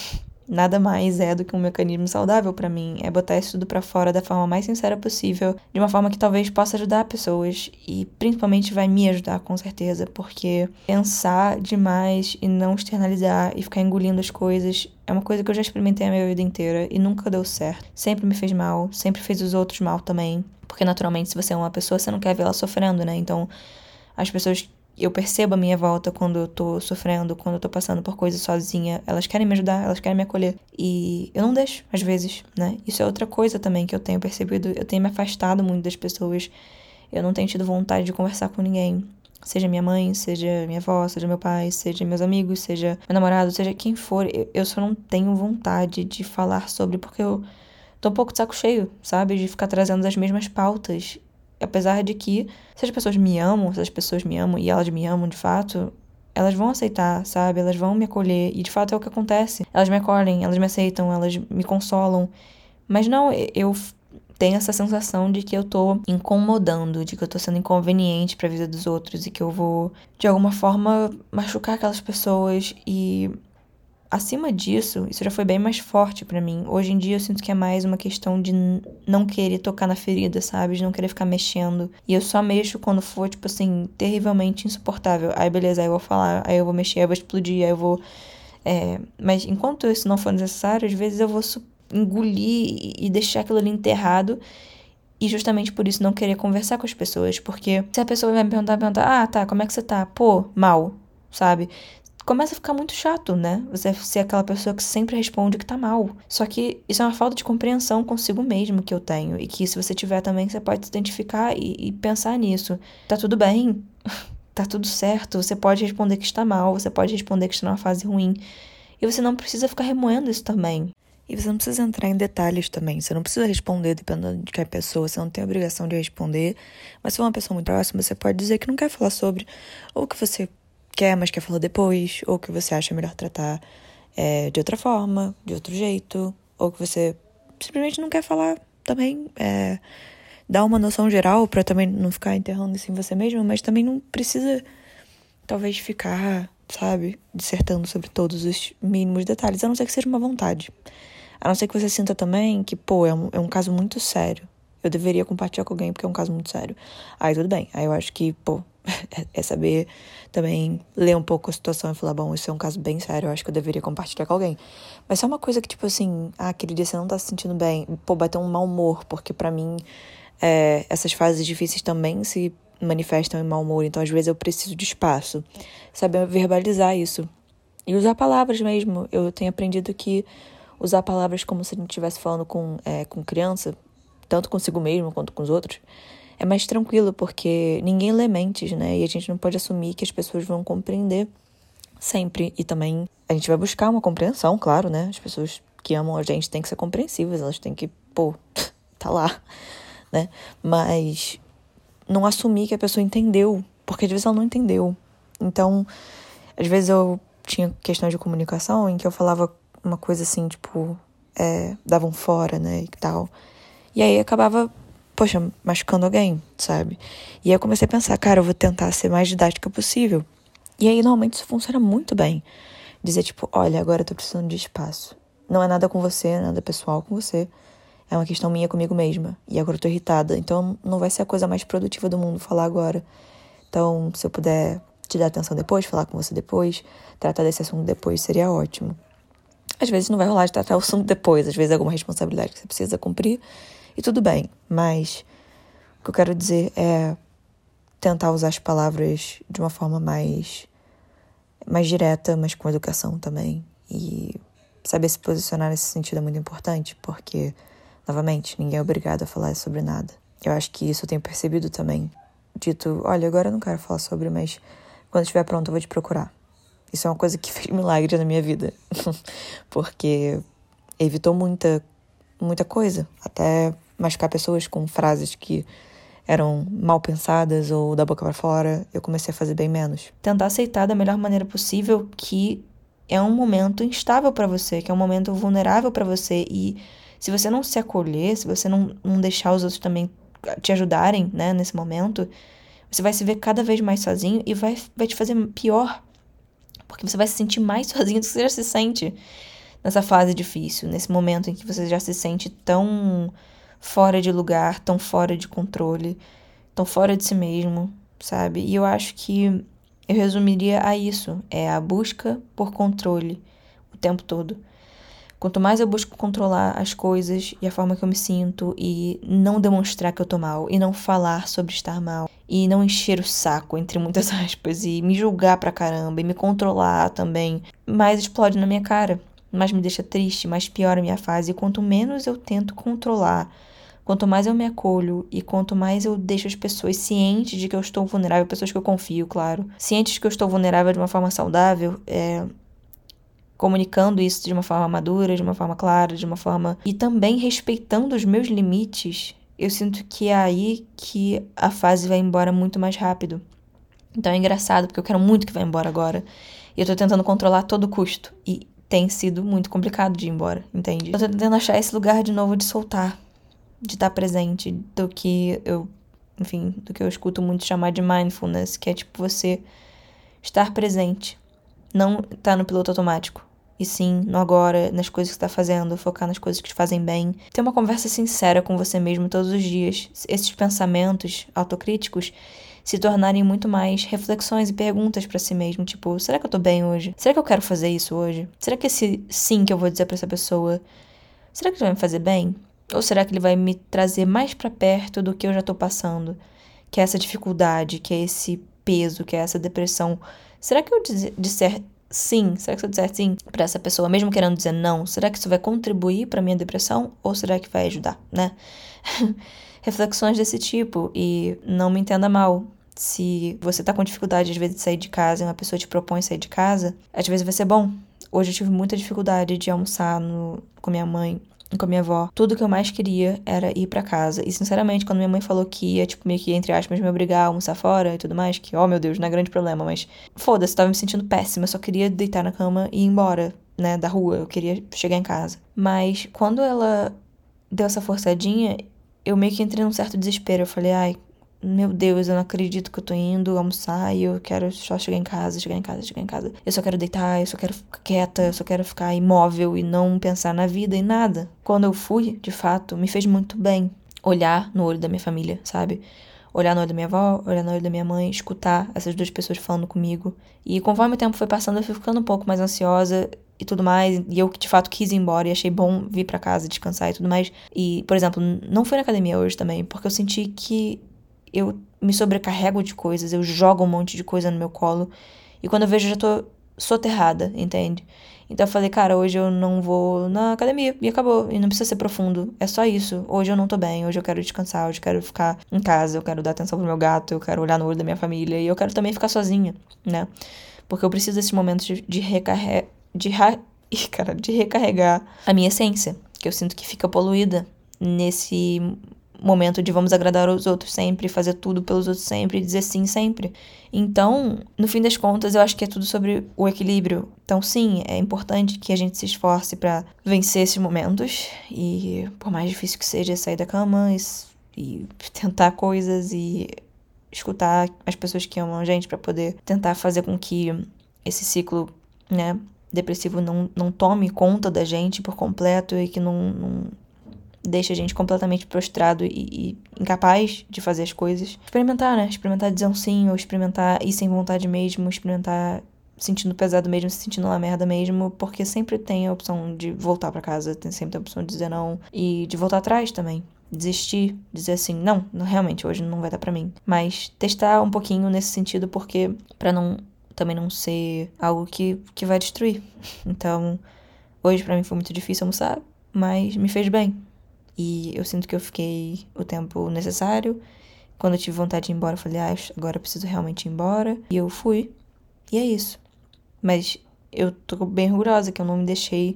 nada mais é do que um mecanismo saudável pra mim. É botar isso tudo pra fora da forma mais sincera possível, de uma forma que talvez possa ajudar pessoas e principalmente vai me ajudar, com certeza, porque pensar demais e não externalizar e ficar engolindo as coisas é uma coisa que eu já experimentei a minha vida inteira e nunca deu certo. Sempre me fez mal, sempre fez os outros mal também, porque naturalmente se você é uma pessoa, você não quer ver ela sofrendo, né? Então, as pessoas, eu percebo a minha volta quando eu tô sofrendo, quando eu tô passando por coisas sozinha. Elas querem me ajudar, elas querem me acolher. E eu não deixo, às vezes, né? Isso é outra coisa também que eu tenho percebido. Eu tenho me afastado muito das pessoas. Eu não tenho tido vontade de conversar com ninguém. Seja minha mãe, seja minha avó, seja meu pai, seja meus amigos, seja meu namorado, seja quem for. Eu só não tenho vontade de falar sobre, porque eu tô um pouco de saco cheio, sabe? De ficar trazendo as mesmas pautas. Apesar de que, se as pessoas me amam, se as pessoas me amam e elas me amam de fato, elas vão aceitar, sabe? Elas vão me acolher. E de fato é o que acontece. Elas me acolhem, elas me aceitam, elas me consolam. Mas não, eu tenho essa sensação de que eu tô incomodando, de que eu tô sendo inconveniente pra vida dos outros e que eu vou, de alguma forma, machucar aquelas pessoas e... Acima disso, isso já foi bem mais forte pra mim. Hoje em dia eu sinto que é mais uma questão de n- não querer tocar na ferida, sabe? De não querer ficar mexendo. E eu só mexo quando for, tipo assim, terrivelmente insuportável. Aí beleza, aí eu vou falar, aí eu vou mexer, aí eu vou explodir, aí eu vou... É... Mas enquanto isso não for necessário, às vezes eu vou su- engolir e e deixar aquilo ali enterrado. E justamente por isso não querer conversar com as pessoas. Porque se a pessoa vai me perguntar, perguntar, ah, tá, como é que você tá? Pô, mal, sabe? Começa a ficar muito chato, né? Você ser aquela pessoa que sempre responde que tá mal. Só que isso é uma falta de compreensão consigo mesmo que eu tenho. E que se você tiver também, você pode se identificar e, e pensar nisso. Tá tudo bem, tá tudo certo. Você pode responder que está mal, você pode responder que está numa fase ruim. E você não precisa ficar remoendo isso também. E você não precisa entrar em detalhes também. Você não precisa responder dependendo de quem é a pessoa. Você não tem a obrigação de responder. Mas se é uma pessoa muito próxima, você pode dizer que não quer falar sobre. Ou que você quer, mas quer falar depois, ou que você acha melhor tratar é, de outra forma, de outro jeito, ou que você simplesmente não quer falar também. É, dá uma noção geral pra também não ficar enterrando isso em você mesmo, mas também não precisa, talvez, ficar, sabe, dissertando sobre todos os mínimos detalhes, a não ser que seja uma vontade. A não ser que você sinta também que, pô, é um, é um caso muito sério. Eu deveria compartilhar com alguém porque é um caso muito sério. Aí tudo bem. Aí eu acho que, pô, é saber também ler um pouco a situação e falar, bom, isso é um caso bem sério, eu acho que eu deveria compartilhar com alguém. Mas só uma coisa que, tipo assim, ah, aquele dia você não tá se sentindo bem, pô, bater um mau humor, porque pra mim é, essas fases difíceis também se manifestam em mau humor, então às vezes eu preciso de espaço. Saber verbalizar isso. E usar palavras mesmo. Eu tenho aprendido que usar palavras como se a gente estivesse falando com, é, com criança, tanto consigo mesmo quanto com os outros, é mais tranquilo, porque ninguém lê mentes, né? E a gente não pode assumir que as pessoas vão compreender sempre. E também a gente vai buscar uma compreensão, claro, né? As pessoas que amam a gente têm que ser compreensivas, elas têm que, pô, tá lá, né? Mas não assumir que a pessoa entendeu, porque às vezes ela não entendeu. Então, às vezes eu tinha questões de comunicação em que eu falava uma coisa assim, tipo, é, dava um fora, né, e tal. E aí acabava, poxa, machucando alguém, sabe? E aí eu comecei a pensar, cara, eu vou tentar ser mais didática possível. E aí, normalmente, isso funciona muito bem. Dizer, tipo, olha, agora eu tô precisando de espaço. Não é nada com você, é nada pessoal com você. É uma questão minha comigo mesma. E agora eu tô irritada. Então, não vai ser a coisa mais produtiva do mundo falar agora. Então, se eu puder te dar atenção depois, falar com você depois, tratar desse assunto depois, seria ótimo. Às vezes não vai rolar de tratar o assunto depois. Às vezes é alguma responsabilidade que você precisa cumprir. E tudo bem. Mas o que eu quero dizer é tentar usar as palavras de uma forma mais, mais direta, mas com educação também. E saber se posicionar nesse sentido é muito importante, porque, novamente, ninguém é obrigado a falar sobre nada. Eu acho que isso eu tenho percebido também. Dito, olha, agora eu não quero falar sobre, mas quando estiver pronto eu vou te procurar. Isso é uma coisa que fez milagre na minha vida. Porque evitou muita, muita coisa. Até machucar pessoas com frases que eram mal pensadas ou da boca pra fora, eu comecei a fazer bem menos. Tentar aceitar da melhor maneira possível que é um momento instável pra você, que é um momento vulnerável pra você. E se você não se acolher, se você não, não deixar os outros também te ajudarem, né, nesse momento, você vai se ver cada vez mais sozinho e vai, vai te fazer pior. Porque você vai se sentir mais sozinho do que você já se sente. nessa fase difícil, nesse momento em que você já se sente tão fora de lugar, tão fora de controle, tão fora de si mesmo, sabe? E eu acho que eu resumiria a isso, é a busca por controle o tempo todo. Quanto mais eu busco controlar as coisas e a forma que eu me sinto e não demonstrar que eu tô mal, e não falar sobre estar mal, e não encher o saco, entre muitas aspas, e me julgar pra caramba, e me controlar também, mais explode na minha cara, mais me deixa triste, mais piora a minha fase. E quanto menos eu tento controlar, quanto mais eu me acolho e quanto mais eu deixo as pessoas cientes de que eu estou vulnerável, pessoas que eu confio, claro, cientes de que eu estou vulnerável de uma forma saudável, é... comunicando isso de uma forma madura, de uma forma clara, de uma forma... e também respeitando os meus limites, eu sinto que é aí que a fase vai embora muito mais rápido. Então é engraçado, porque eu quero muito que vá embora agora. E eu tô tentando controlar a todo custo. E tem sido muito complicado de ir embora, entende? Eu tô tentando achar esse lugar de novo de soltar, de estar presente, do que eu... enfim, do que eu escuto muito chamar de mindfulness, que é tipo você estar presente. Não estar no piloto automático. E sim, no agora, nas coisas que você tá fazendo, focar nas coisas que te fazem bem. Ter uma conversa sincera com você mesmo todos os dias. Esses pensamentos autocríticos se tornarem muito mais reflexões e perguntas pra si mesmo. Tipo, será que eu tô bem hoje? Será que eu quero fazer isso hoje? Será que esse sim que eu vou dizer pra essa pessoa, será que ele vai me fazer bem? Ou será que ele vai me trazer mais pra perto do que eu já tô passando? Que é essa dificuldade, que é esse peso, que é essa depressão. Será que eu disser sim, será que se eu disser sim pra essa pessoa, mesmo querendo dizer não, será que isso vai contribuir pra minha depressão ou será que vai ajudar, né? Reflexões desse tipo. E não me entenda mal, se você tá com dificuldade às vezes de sair de casa e uma pessoa te propõe sair de casa, às vezes vai ser bom. Hoje eu tive muita dificuldade de almoçar no, com minha mãe, com a minha avó. Tudo que eu mais queria era ir pra casa. E, sinceramente, quando minha mãe falou que ia, tipo, meio que, entre aspas, me obrigar a almoçar fora e tudo mais, que, oh, meu Deus, não é grande problema, mas foda-se, tava me sentindo péssima. Eu só queria deitar na cama e ir embora, né, da rua. Eu queria chegar em casa. Mas, quando ela deu essa forçadinha, eu meio que entrei num certo desespero. Eu falei, ai, meu Deus, eu não acredito que eu tô indo almoçar e eu quero só chegar em casa, chegar em casa, chegar em casa. Eu só quero deitar, eu só quero ficar quieta, eu só quero ficar imóvel e não pensar na vida e nada. Quando eu fui, de fato, me fez muito bem olhar no olho da minha família, sabe? Olhar no olho da minha avó, olhar no olho da minha mãe, escutar essas duas pessoas falando comigo. E conforme o tempo foi passando, eu fui ficando um pouco mais ansiosa e tudo mais, e eu de fato quis ir embora e achei bom vir pra casa, descansar e tudo mais. E, por exemplo, não fui na academia hoje também, porque eu senti que eu me sobrecarrego de coisas, eu jogo um monte de coisa no meu colo, e quando eu vejo eu já tô soterrada, entende? Então eu falei, cara, hoje eu não vou na academia, e acabou, e não precisa ser profundo, é só isso. Hoje eu não tô bem, hoje eu quero descansar, hoje eu quero ficar em casa, eu quero dar atenção pro meu gato, eu quero olhar no olho da minha família, e eu quero também ficar sozinha, né? Porque eu preciso desses momentos de, de recarregar, de, ra... Ih, cara, de recarregar a minha essência, que eu sinto que fica poluída nesse momento de vamos agradar os outros sempre, fazer tudo pelos outros sempre, dizer sim sempre. Então, no fim das contas, eu acho que é tudo sobre o equilíbrio. Então, sim, é importante que a gente se esforce pra vencer esses momentos e, por mais difícil que seja, sair da cama e, e tentar coisas e escutar as pessoas que amam a gente pra poder tentar fazer com que esse ciclo, né, depressivo não, não tome conta da gente por completo e que não, não deixa a gente completamente prostrado e, e incapaz de fazer as coisas. Experimentar, né? Experimentar dizer um sim, ou experimentar ir sem vontade mesmo, experimentar sentindo pesado mesmo, se sentindo uma merda mesmo, porque sempre tem a opção de voltar pra casa, tem sempre a opção de dizer não e de voltar atrás também. Desistir, dizer assim, não, não realmente, hoje não vai dar pra mim. Mas testar um pouquinho nesse sentido, porque pra não também não ser algo que, que vai destruir. Então, hoje pra mim foi muito difícil almoçar, mas me fez bem. E eu sinto que eu fiquei o tempo necessário. Quando eu tive vontade de ir embora, eu falei, ah, agora eu preciso realmente ir embora. E eu fui. E é isso. Mas eu tô bem orgulhosa que eu não me deixei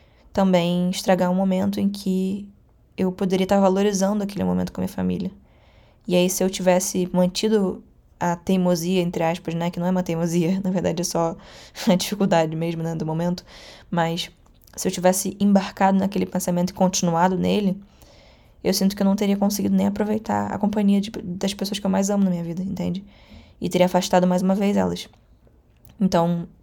também estragar um momento em que eu poderia estar valorizando aquele momento com a minha família. E aí, se eu tivesse mantido a teimosia, entre aspas, né? Que não é uma teimosia, na verdade é só a dificuldade mesmo, né? Do momento. Mas se eu tivesse embarcado naquele pensamento e continuado nele, eu sinto que eu não teria conseguido nem aproveitar a companhia de, das pessoas que eu mais amo na minha vida, entende? E teria afastado mais uma vez elas. Então,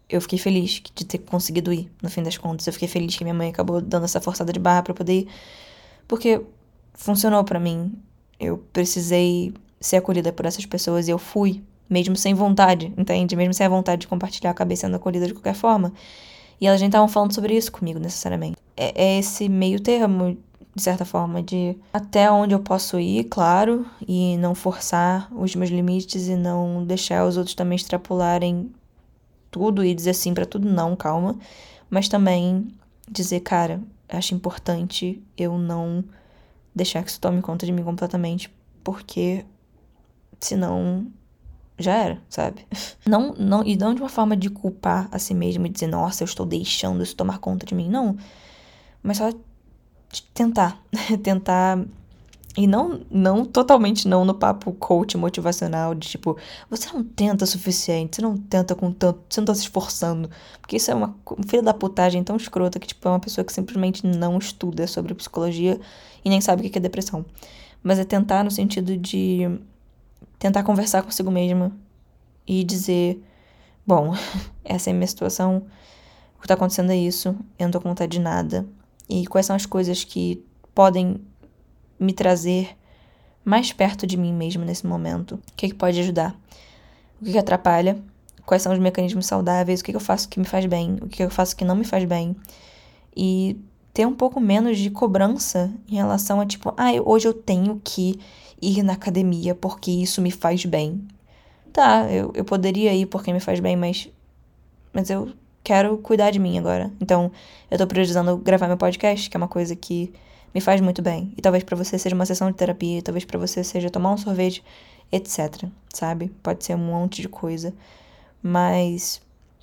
eu fiquei feliz de ter conseguido ir, no fim das contas. Eu fiquei feliz que minha mãe acabou dando essa forçada de barra pra eu poder ir, porque funcionou pra mim. Eu precisei ser acolhida por essas pessoas e eu fui, mesmo sem vontade, entende? Mesmo sem a vontade de compartilhar, acabei sendo acolhida de qualquer forma. E elas nem estavam falando sobre isso comigo, necessariamente. É, é esse meio termo, de certa forma, de até onde eu posso ir, claro, e não forçar os meus limites e não deixar os outros também extrapolarem tudo e dizer sim pra tudo, não, calma. Mas também dizer, cara, acho importante eu não deixar que isso tome conta de mim completamente, porque senão já era, sabe? Não, não, e não de uma forma de culpar a si mesmo e dizer, nossa, eu estou deixando isso tomar conta de mim, não. Mas só tentar, tentar. E não, não totalmente não no papo coach motivacional de tipo, você não tenta o suficiente, você não tenta com tanto, você não tá se esforçando. Porque isso é uma filha da putagem tão escrota que tipo, é uma pessoa que simplesmente não estuda sobre psicologia e nem sabe o que é depressão. Mas é tentar no sentido de tentar conversar consigo mesma e dizer, bom, essa é a minha situação, o que tá acontecendo é isso, eu não tô com vontade de nada. E quais são as coisas que podem me trazer mais perto de mim mesmo nesse momento? O que, é que pode ajudar? O que, que atrapalha? Quais são os mecanismos saudáveis? O que, que eu faço que me faz bem? O que, que eu faço que não me faz bem? E ter um pouco menos de cobrança em relação a tipo, ah, hoje eu tenho que ir na academia porque isso me faz bem. Tá, eu, eu poderia ir porque me faz bem, mas, mas eu quero cuidar de mim agora. Então, eu tô priorizando gravar meu podcast, que é uma coisa que me faz muito bem. E talvez pra você seja uma sessão de terapia, talvez pra você seja tomar um sorvete, etc, sabe? Pode ser um monte de coisa. Mas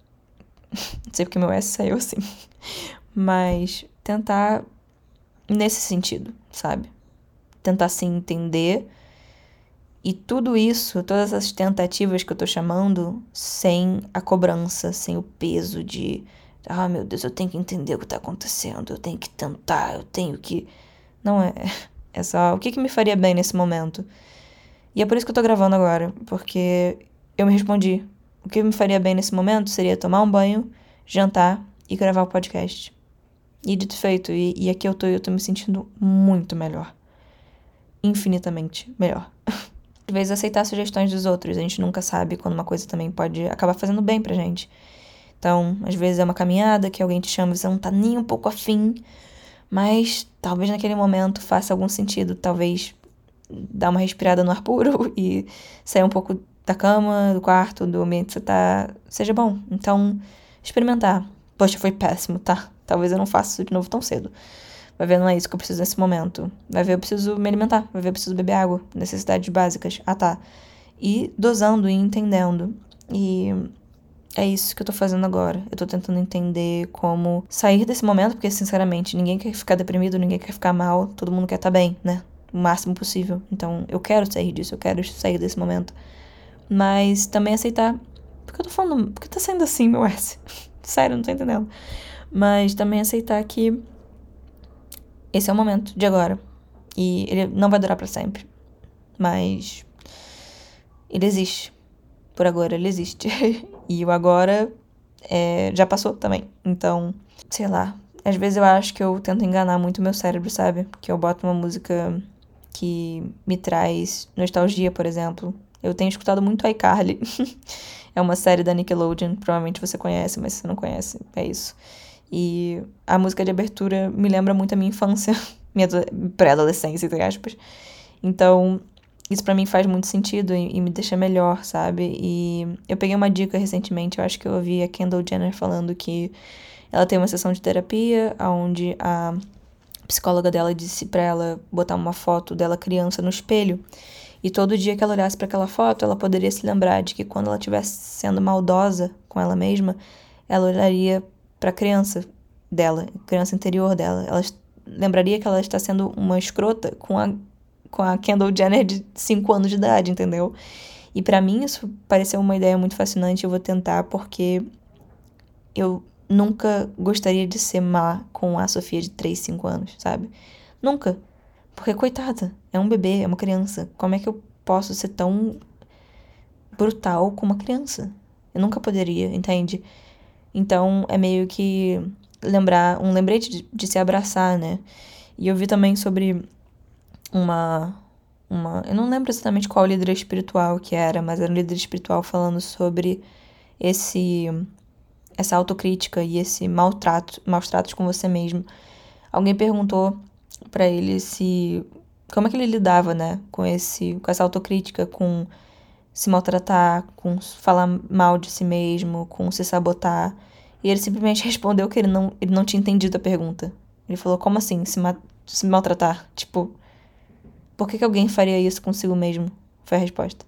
não sei porque meu S saiu assim. Mas tentar nesse sentido, sabe? Tentar se entender. E tudo isso, todas essas tentativas que eu tô chamando, sem a cobrança, sem o peso de, ah, meu Deus, eu tenho que entender o que tá acontecendo, eu tenho que tentar, eu tenho que... Não é. É só o que que me faria bem nesse momento. E é por isso que eu tô gravando agora, porque eu me respondi. O que me faria bem nesse momento seria tomar um banho, jantar e gravar o podcast. E dito e feito, e, e aqui eu tô, eu tô me sentindo muito melhor. Infinitamente melhor. Às vezes aceitar sugestões dos outros, a gente nunca sabe quando uma coisa também pode acabar fazendo bem pra gente. Então, às vezes é uma caminhada que alguém te chama e você não tá nem um pouco afim, mas talvez naquele momento faça algum sentido, talvez dar uma respirada no ar puro e sair um pouco da cama, do quarto, do ambiente que você tá, seja bom. Então, experimentar. Poxa, foi péssimo, tá? Talvez eu não faça isso de novo tão cedo. Vai ver, não é isso que eu preciso nesse momento. Vai ver, eu preciso me alimentar. Vai ver, eu preciso beber água. Necessidades básicas. Ah, tá. E dosando e entendendo. E é isso que eu tô fazendo agora. Eu tô tentando entender como sair desse momento, porque, sinceramente, ninguém quer ficar deprimido, ninguém quer ficar mal. Todo mundo quer estar bem, né? O máximo possível. Então, eu quero sair disso. Eu quero sair desse momento. Mas também aceitar... Por que eu tô falando... Por que tá saindo assim, meu S? Sério, não tô entendendo. Mas também aceitar que esse é o momento de agora. E ele não vai durar pra sempre. Mas ele existe. Por agora ele existe. E o agora é, já passou também. Então, sei lá. Às vezes eu acho que eu tento enganar muito o meu cérebro, sabe? Que eu boto uma música que me traz nostalgia, por exemplo. Eu tenho escutado muito iCarly. É uma série da Nickelodeon. Provavelmente você conhece, mas se você não conhece, é isso. E a música de abertura me lembra muito a minha infância, minha pré-adolescência, entre aspas. Então, isso pra mim faz muito sentido e, e me deixa melhor, sabe? E eu peguei uma dica recentemente, eu acho que eu ouvi a Kendall Jenner falando que ela tem uma sessão de terapia onde a psicóloga dela disse pra ela botar uma foto dela criança no espelho. E todo dia que ela olhasse para aquela foto, ela poderia se lembrar de que quando ela estivesse sendo maldosa com ela mesma, ela olharia para a criança dela, criança interior dela. Ela lembraria que ela está sendo uma escrota com a, com a Kendall Jenner de cinco anos de idade, entendeu? E para mim isso pareceu uma ideia muito fascinante. Eu vou tentar porque eu nunca gostaria de ser má com a Sofia de três, cinco anos, sabe? Nunca. Porque, coitada, é um bebê, é uma criança. Como é que eu posso ser tão brutal com uma criança? Eu nunca poderia, entende? Então, é meio que lembrar, um lembrete de, de se abraçar, né? E eu vi também sobre uma, uma... Eu não lembro exatamente qual líder espiritual que era, mas era um líder espiritual falando sobre esse... essa autocrítica e esse maltrato, maus tratos com você mesmo. Alguém perguntou pra ele se... como é que ele lidava, né? Com, esse, com essa autocrítica, com se maltratar, com falar mal de si mesmo, com se sabotar. E ele simplesmente respondeu que ele não, ele não tinha entendido a pergunta. Ele falou, como assim, se, ma se maltratar? Tipo, por que, que alguém faria isso consigo mesmo? Foi a resposta.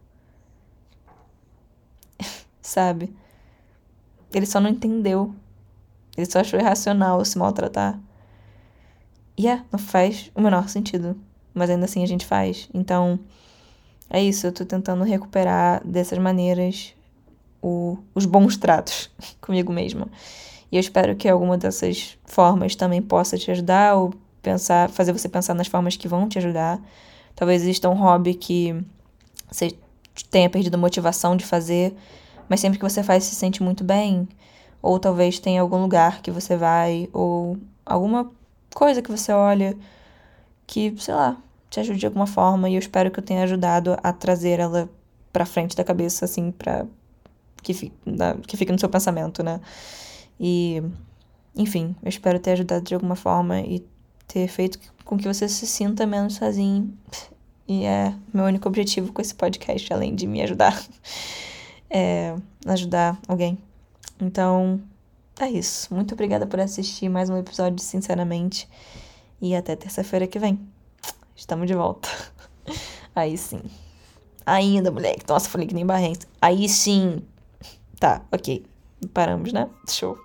Sabe? Ele só não entendeu. Ele só achou irracional se maltratar. E é, não faz o menor sentido. Mas ainda assim a gente faz. Então, é isso. Eu tô tentando recuperar dessas maneiras o, os bons tratos comigo mesma. E eu espero que alguma dessas formas também possa te ajudar ou pensar, fazer você pensar nas formas que vão te ajudar. Talvez exista um hobby que você tenha perdido a motivação de fazer, mas sempre que você faz se sente muito bem. Ou talvez tenha algum lugar que você vai, ou alguma coisa que você olha que, sei lá, te ajude de alguma forma. E eu espero que eu tenha ajudado a trazer ela pra frente da cabeça, assim, pra que, fi, da, que fique no seu pensamento, né? E, enfim, eu espero ter ajudado de alguma forma e ter feito com que você se sinta menos sozinho. E é meu único objetivo com esse podcast, além de me ajudar, é ajudar alguém. Então, é isso. Muito obrigada por assistir mais um episódio, sinceramente. E até terça-feira que vem. Estamos de volta. Aí sim. Ainda, moleque. Nossa, falei que nem barrento. Aí sim. Tá, ok. Paramos, né? Show.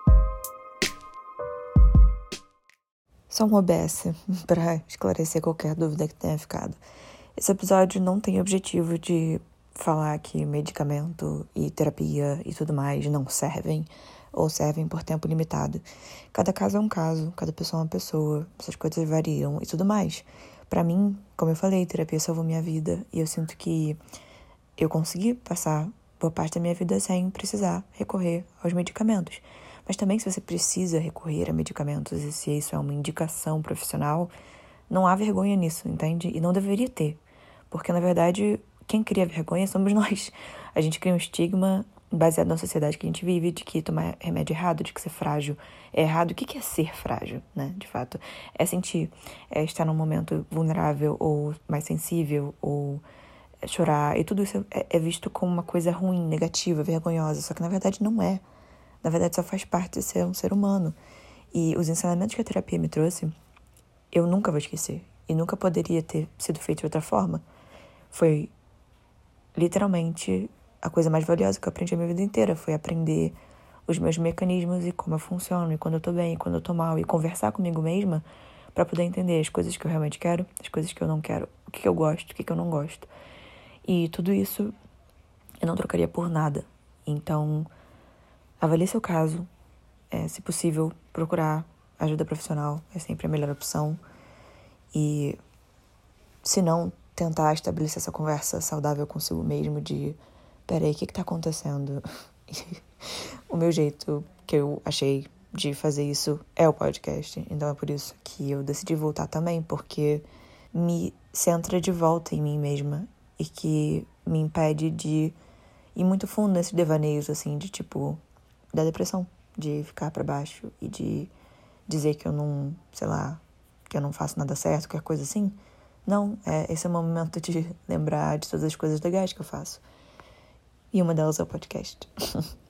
Só um O B S para esclarecer qualquer dúvida que tenha ficado. Esse episódio não tem objetivo de falar que medicamento e terapia e tudo mais não servem ou servem por tempo limitado. Cada caso é um caso, cada pessoa é uma pessoa, essas coisas variam e tudo mais. Pra mim, como eu falei, terapia salvou minha vida e eu sinto que eu consegui passar boa parte da minha vida sem precisar recorrer aos medicamentos. Mas também, se você precisa recorrer a medicamentos e se isso é uma indicação profissional, não há vergonha nisso, entende? E não deveria ter. Porque, na verdade, quem cria vergonha somos nós. A gente cria um estigma baseado na sociedade que a gente vive, de que tomar remédio é errado, de que ser frágil é errado. O que é ser frágil, né? De fato, é sentir, é estar num momento vulnerável ou mais sensível, ou chorar. E tudo isso é, é visto como uma coisa ruim, negativa, vergonhosa. Só que, na verdade, não é. Na verdade, só faz parte de ser um ser humano. E os ensinamentos que a terapia me trouxe, eu nunca vou esquecer. E nunca poderia ter sido feito de outra forma. Foi literalmente a coisa mais valiosa que eu aprendi a minha vida inteira. Foi aprender os meus mecanismos e como eu funciono, e quando eu tô bem, e quando eu tô mal, e conversar comigo mesma pra poder entender as coisas que eu realmente quero, as coisas que eu não quero, o que, que eu gosto, o que, que eu não gosto. E tudo isso eu não trocaria por nada. Então, avalie seu caso. É, se possível, procurar ajuda profissional é sempre a melhor opção. E, se não, tentar estabelecer essa conversa saudável consigo mesmo de, peraí, o que que tá acontecendo? O meu jeito que eu achei de fazer isso é o podcast. Então é por isso que eu decidi voltar também, porque me centra de volta em mim mesma e que me impede de ir muito fundo nesses devaneios, assim, de tipo, da depressão, de ficar pra baixo e de dizer que eu não, sei lá, que eu não faço nada certo, qualquer coisa assim. Não, é, esse é o momento de lembrar de todas as coisas legais que eu faço. E uma delas é o podcast.